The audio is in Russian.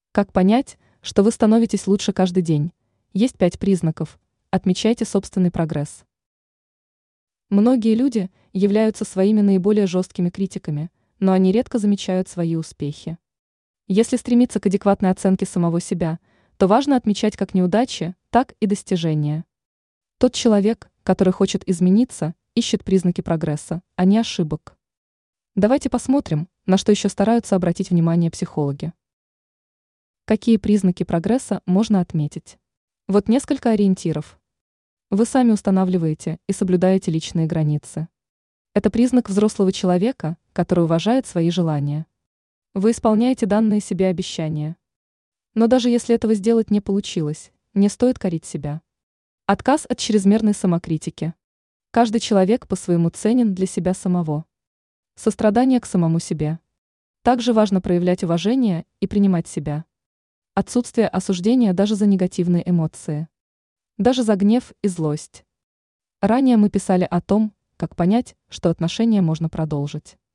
Как понять, что вы становитесь лучше каждый день? Есть 5 признаков. Отмечайте собственный прогресс. Многие люди являются своими наиболее жесткими критиками, но они редко замечают свои успехи. Если стремиться к адекватной оценке самого себя, то важно отмечать как неудачи, так и достижения. Тот человек, который хочет измениться, ищет признаки прогресса, а не ошибок. Давайте посмотрим, на что еще стараются обратить внимание психологи. Какие признаки прогресса можно отметить? Вот несколько ориентиров. Вы сами устанавливаете и соблюдаете личные границы. Это признак взрослого человека, который уважает свои желания. Вы исполняете данные себе обещания. Но даже если этого сделать не получилось, не стоит корить себя. Отказ от чрезмерной самокритики. Каждый человек по-своему ценен для себя самого. Сострадание к самому себе. Также важно проявлять уважение и принимать себя. Отсутствие осуждения даже за негативные эмоции. Даже за гнев и злость. Ранее мы писали о том, как понять, что отношения можно продолжить.